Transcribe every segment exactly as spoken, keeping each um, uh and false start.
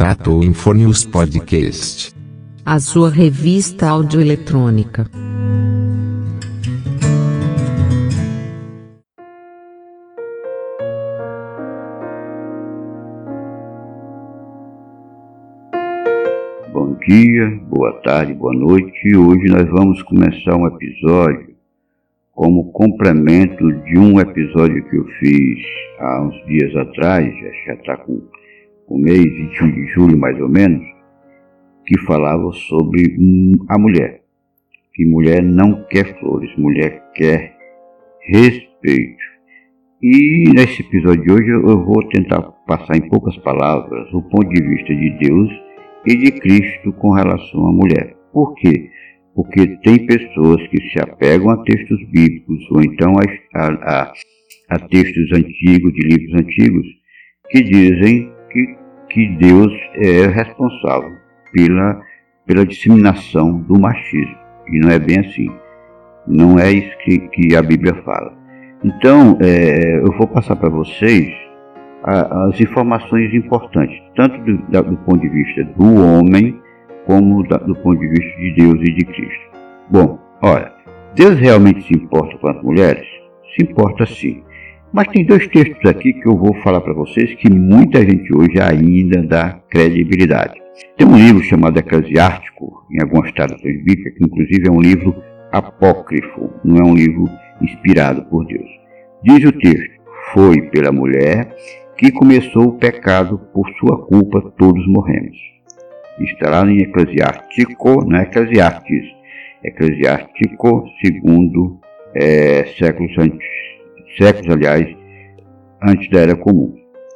Tratou Infonius Podcast, a sua revista audioeletrônica. Bom dia, boa tarde, boa noite. Hoje nós vamos começar um episódio como complemento de um episódio que eu fiz há uns dias atrás, já está com o mês vinte e um de julho mais ou menos, que falava sobre a mulher. Que mulher não quer flores, mulher quer respeito. E nesse episódio de hoje eu vou tentar passar em poucas palavras o ponto de vista de Deus e de Cristo com relação à mulher. Por quê? Porque tem pessoas que se apegam a textos bíblicos ou então a, a, a textos antigos, de livros antigos, que dizem que, que Deus é responsável pela, pela disseminação do machismo. E não é bem assim. Não é isso que, que a Bíblia fala. Então, é, eu vou passar para vocês a, as informações importantes, tanto do, da, do ponto de vista do homem, como da, do ponto de vista de Deus e de Cristo. Bom, olha, Deus realmente se importa com as mulheres? Se importa sim. Mas tem dois textos aqui que eu vou falar para vocês que muita gente hoje ainda dá credibilidade. Tem um livro chamado Eclesiástico, em algumas traduções bíblicas, que inclusive é um livro apócrifo, não é um livro inspirado por Deus. Diz o texto: foi pela mulher que começou o pecado, por sua culpa todos morremos. Está lá em Eclesiástico, não é Eclesiastes, Eclesiástico, segundo é, séculos antes, séculos, aliás, antes da Era Comum.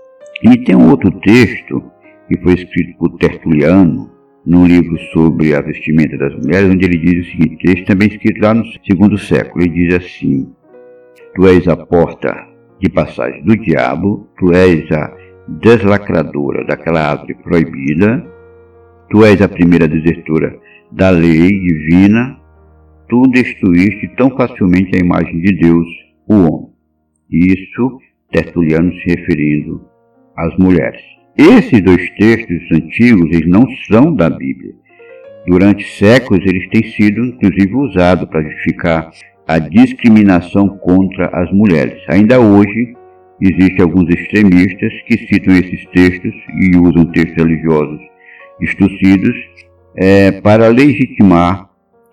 E tem um outro texto que foi escrito por Tertuliano, num livro sobre a vestimenta das mulheres, onde ele diz o seguinte, texto também escrito lá no segundo século, ele diz assim: tu és a porta de passagem do diabo, tu és a deslacradora daquela árvore proibida, tu és a primeira desertora da lei divina, tu destruíste tão facilmente a imagem de Deus, o homem. Isso, Tertuliano se referindo às mulheres. Esses dois textos antigos, eles não são da Bíblia. Durante séculos, eles têm sido, inclusive, usados para justificar a discriminação contra as mulheres. Ainda hoje, existem alguns extremistas que citam esses textos e usam textos religiosos distorcidos é, para legitimar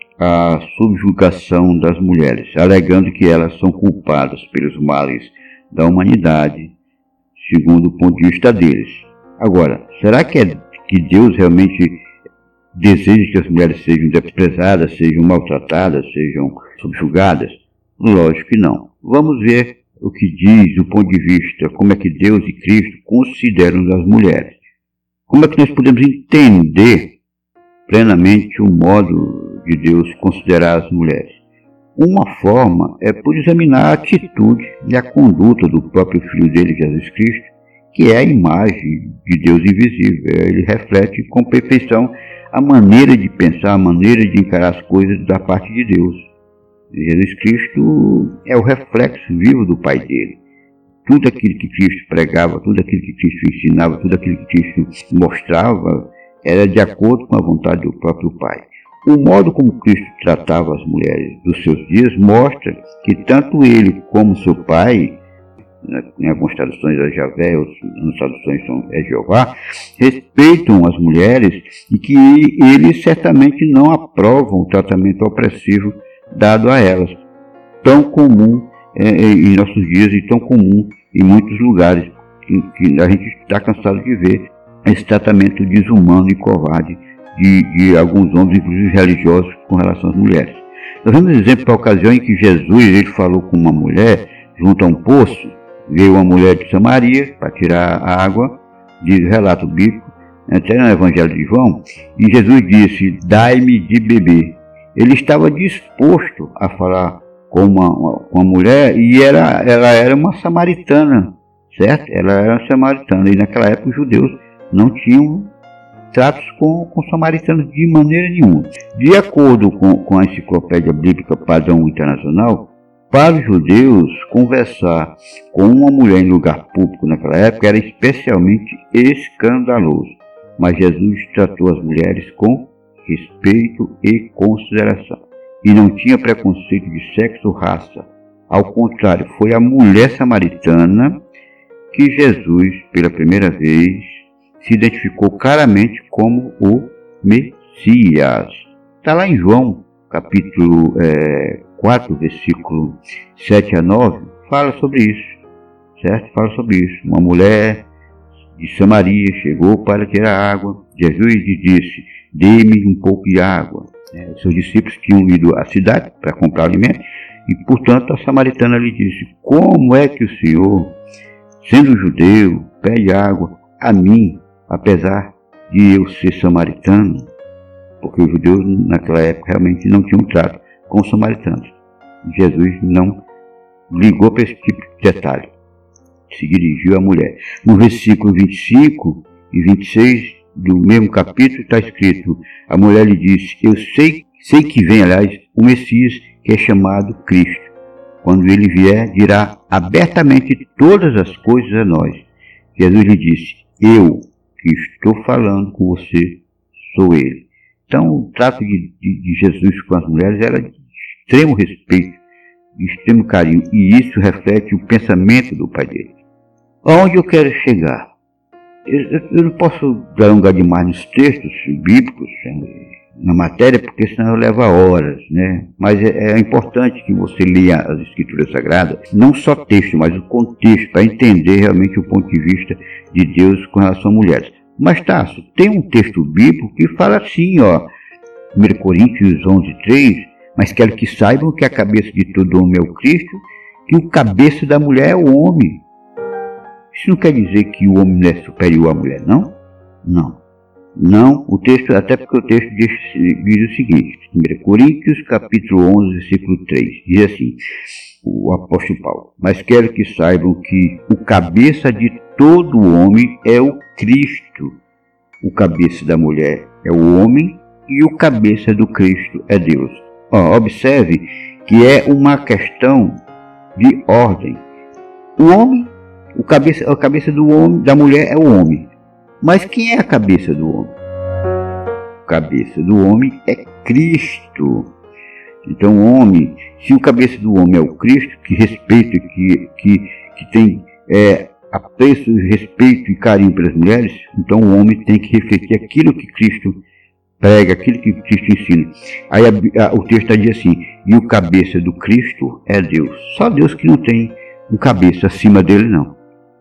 a subjugação das mulheres, alegando que elas são culpadas pelos males da humanidade, segundo o ponto de vista deles. Agora, será que, é, que Deus realmente deseja que as mulheres sejam desprezadas, sejam maltratadas, sejam subjugadas? Lógico que não. Vamos ver o que diz do ponto de vista, como é que Deus e Cristo consideram as mulheres. Como é que nós podemos entender plenamente o modo de Deus considerar as mulheres? Uma forma é por examinar a atitude e a conduta do próprio Filho dele, Jesus Cristo, que é a imagem de Deus invisível. Ele reflete com perfeição a maneira de pensar, a maneira de encarar as coisas da parte de Deus. Jesus Cristo é o reflexo vivo do Pai dele. Tudo aquilo que Cristo pregava, tudo aquilo que Cristo ensinava, tudo aquilo que Cristo mostrava, era de acordo com a vontade do próprio Pai. O modo como Cristo tratava as mulheres dos seus dias mostra que tanto ele como seu Pai, em algumas traduções é Javé, outras traduções são é Jeová, respeitam as mulheres e que eles certamente não aprovam o tratamento opressivo dado a elas, tão comum é, em nossos dias e tão comum em muitos lugares que, que a gente está cansado de ver esse tratamento desumano e covarde de, de alguns homens, inclusive religiosos, com relação às mulheres. Nós vemos exemplo para a ocasião em que Jesus ele falou com uma mulher junto a um poço. Veio uma mulher de Samaria para tirar a água, diz o relato bíblico, até no Evangelho de João, e Jesus disse: dai-me de beber. Ele estava disposto a falar com uma, uma, com uma mulher, e era, ela era uma samaritana, certo? Ela era uma samaritana, e naquela época os judeus não tinham tratos com, com samaritanos de maneira nenhuma. De acordo com, com a Enciclopédia Bíblica Padrão Internacional, para os judeus, conversar com uma mulher em lugar público naquela época era especialmente escandaloso. mas Jesus tratou as mulheres com respeito e consideração. E não tinha preconceito de sexo ou raça. Ao contrário, foi a mulher samaritana que Jesus, pela primeira vez, se identificou claramente como o Messias. Está lá em João, capítulo é, quatro, versículo sete a nove, fala sobre isso, certo? Fala sobre isso. Uma mulher de Samaria chegou para tirar água. Jesus lhe disse: dê-me um pouco de água. É, seus discípulos tinham ido à cidade para comprar alimento e, portanto, a samaritana lhe disse: como é que o Senhor, sendo judeu, pede água a mim, apesar de eu ser samaritano? Porque os judeus naquela época realmente não tinham trato com os samaritanos. Jesus não ligou para esse tipo de detalhe. Se dirigiu à mulher. No versículo vinte e cinco e vinte e seis do mesmo capítulo está escrito: a mulher lhe disse: eu sei, sei que vem, aliás, o Messias, que é chamado Cristo. Quando ele vier, dirá abertamente todas as coisas a nós. Jesus lhe disse: eu que estou falando com você sou ele. Então, o trato de, de, de Jesus com as mulheres era de extremo respeito, de extremo carinho, e isso reflete o pensamento do Pai dele. Aonde eu quero chegar? Eu, eu não posso alongar demais nos textos bíblicos, na matéria, porque senão leva horas, né? Mas é, é importante que você leia as Escrituras Sagradas, não só texto, mas o contexto, para entender realmente o ponto de vista de Deus com relação a mulheres. Mas, Tasso, tem um texto bíblico que fala assim, ó, primeira Coríntios onze, três, mas quero que saibam que a cabeça de todo homem é o Cristo, que o cabeça da mulher é o homem. Isso não quer dizer que o homem é superior à mulher, não? Não. Não, o texto, até porque o texto diz, diz o seguinte, primeira Coríntios, capítulo onze, versículo três, diz assim, o apóstolo Paulo: mas quero que saibam que o cabeça de todo homem é o Cristo, o cabeça da mulher é o homem e o cabeça do Cristo é Deus. Ó, observe que é uma questão de ordem. O homem, o cabeça, a cabeça do homem, da mulher é o homem. Mas quem é a cabeça do homem? A cabeça do homem é Cristo. Então, o homem, se o cabeça do homem é o Cristo, que respeita, que, que, que tem é, apreço, respeito e carinho pelas mulheres, então o homem tem que refletir aquilo que Cristo prega, aquilo que Cristo ensina. Aí a, a, o texto está dizendo assim: e o cabeça do Cristo é Deus. Só Deus que não tem um cabeça acima dele, não.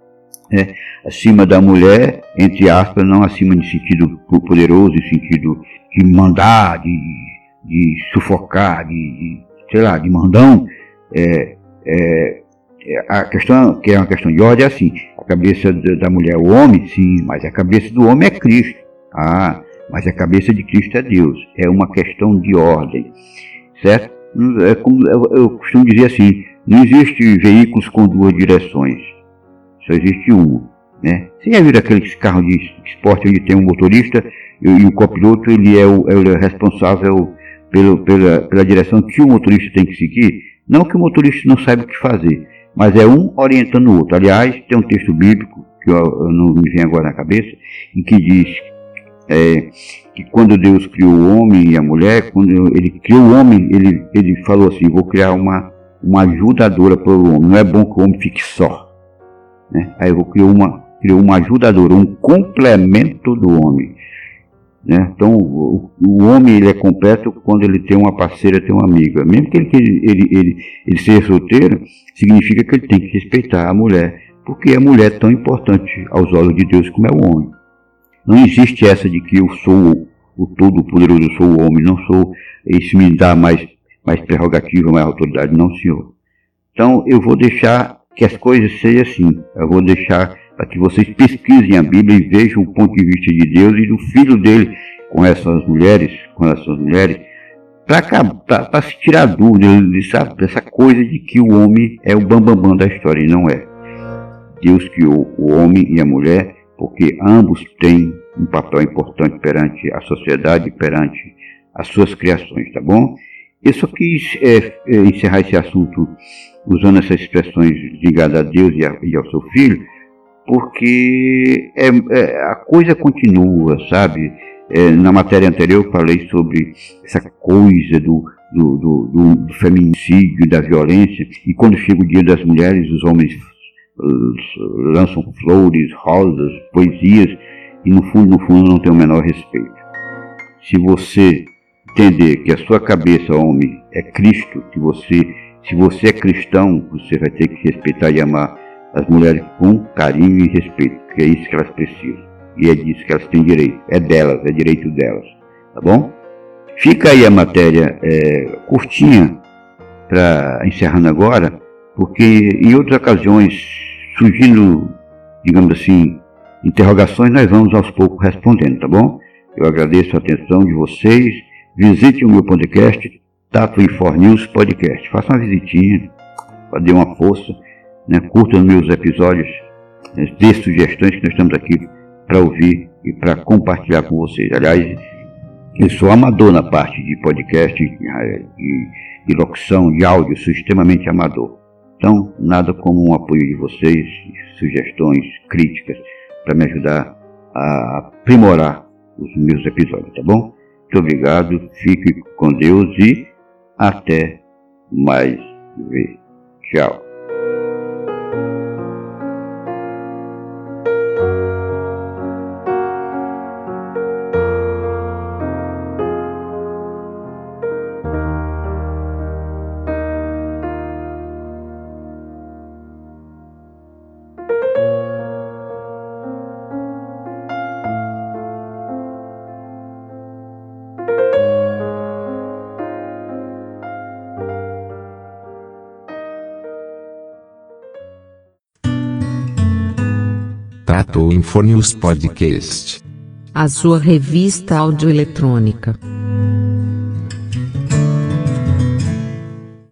É, acima da mulher, entre aspas, não acima de sentido poderoso, em sentido de mandar, de, de sufocar, de, de, sei lá, de mandão. É, é, a questão, que é uma questão de ordem, é assim: a cabeça da mulher é o homem, sim, mas a cabeça do homem é Cristo. Ah, mas a cabeça de Cristo é Deus. É uma questão de ordem, certo? É como eu costumo dizer assim: não existe veículos com duas direções. Só existe uma, né? Você já viu aqueles carros de esporte onde tem um motorista e, e o copiloto, ele é o, é o responsável pelo, pela, pela direção que o motorista tem que seguir? Não que o motorista não saiba o que fazer, mas é um orientando o outro. Aliás, tem um texto bíblico, que eu, eu não me vem agora na cabeça, em que diz é, que quando Deus criou o homem e a mulher, quando ele criou o homem, ele, ele falou assim: vou criar uma, uma ajudadora para o homem. Não é bom que o homem fique só. Né? Aí eu criou uma, criou uma ajudadora, um complemento do homem. Né? Então o, o homem ele é completo quando ele tem uma parceira, tem uma amiga. Mesmo que ele, ele, ele, ele, ele seja solteiro, significa que ele tem que respeitar a mulher, porque a mulher é tão importante aos olhos de Deus como é o homem. Não existe essa de que eu sou o todo-poderoso, eu sou o homem, não sou, isso me dá mais, mais prerrogativa, mais autoridade, não, senhor. Então eu vou deixar que as coisas sejam assim. Eu vou deixar para que vocês pesquisem a Bíblia e vejam o ponto de vista de Deus e do Filho dele com essas mulheres, com essas mulheres, para se tirar dúvida dessa, dessa coisa de que o homem é o bambambam bam, bam da história, e não é. Deus criou o homem e a mulher porque ambos têm um papel importante perante a sociedade, perante as suas criações, tá bom? Eu só quis é, é, encerrar esse assunto usando essas expressões ligadas a Deus e, a, e ao seu Filho, porque é, é, a coisa continua, sabe? É, na matéria anterior eu falei sobre essa coisa do, do, do, do, do feminicídio, da violência, e quando chega o Dia das Mulheres, os homens uh, lançam flores, rosas, poesias, e no fundo, no fundo não tem o menor respeito. Se você entender que a sua cabeça, homem, é Cristo, que você, se você é cristão, você vai ter que respeitar e amar as mulheres com carinho e respeito, porque é isso que elas precisam. E é disso que elas têm direito. É delas, é direito delas. Tá bom? Fica aí a matéria é, curtinha, para encerrando agora, porque em outras ocasiões, surgindo, digamos assim, interrogações, nós vamos aos poucos respondendo, tá bom? Eu agradeço a atenção de vocês. Visite o meu podcast, Tato Infor News Podcast. Faça uma visitinha, dê uma força, né? Curta os meus episódios, né? Dê sugestões que nós estamos aqui para ouvir e para compartilhar com vocês. Aliás, eu sou amador na parte de podcast e, e locução de áudio, sou extremamente amador. Então, nada como um apoio de vocês, sugestões, críticas, para me ajudar a aprimorar os meus episódios, tá bom? Muito obrigado, fique com Deus e até mais ver. Tchau. Tato Infor News Podcast. A sua revista audioeletrônica.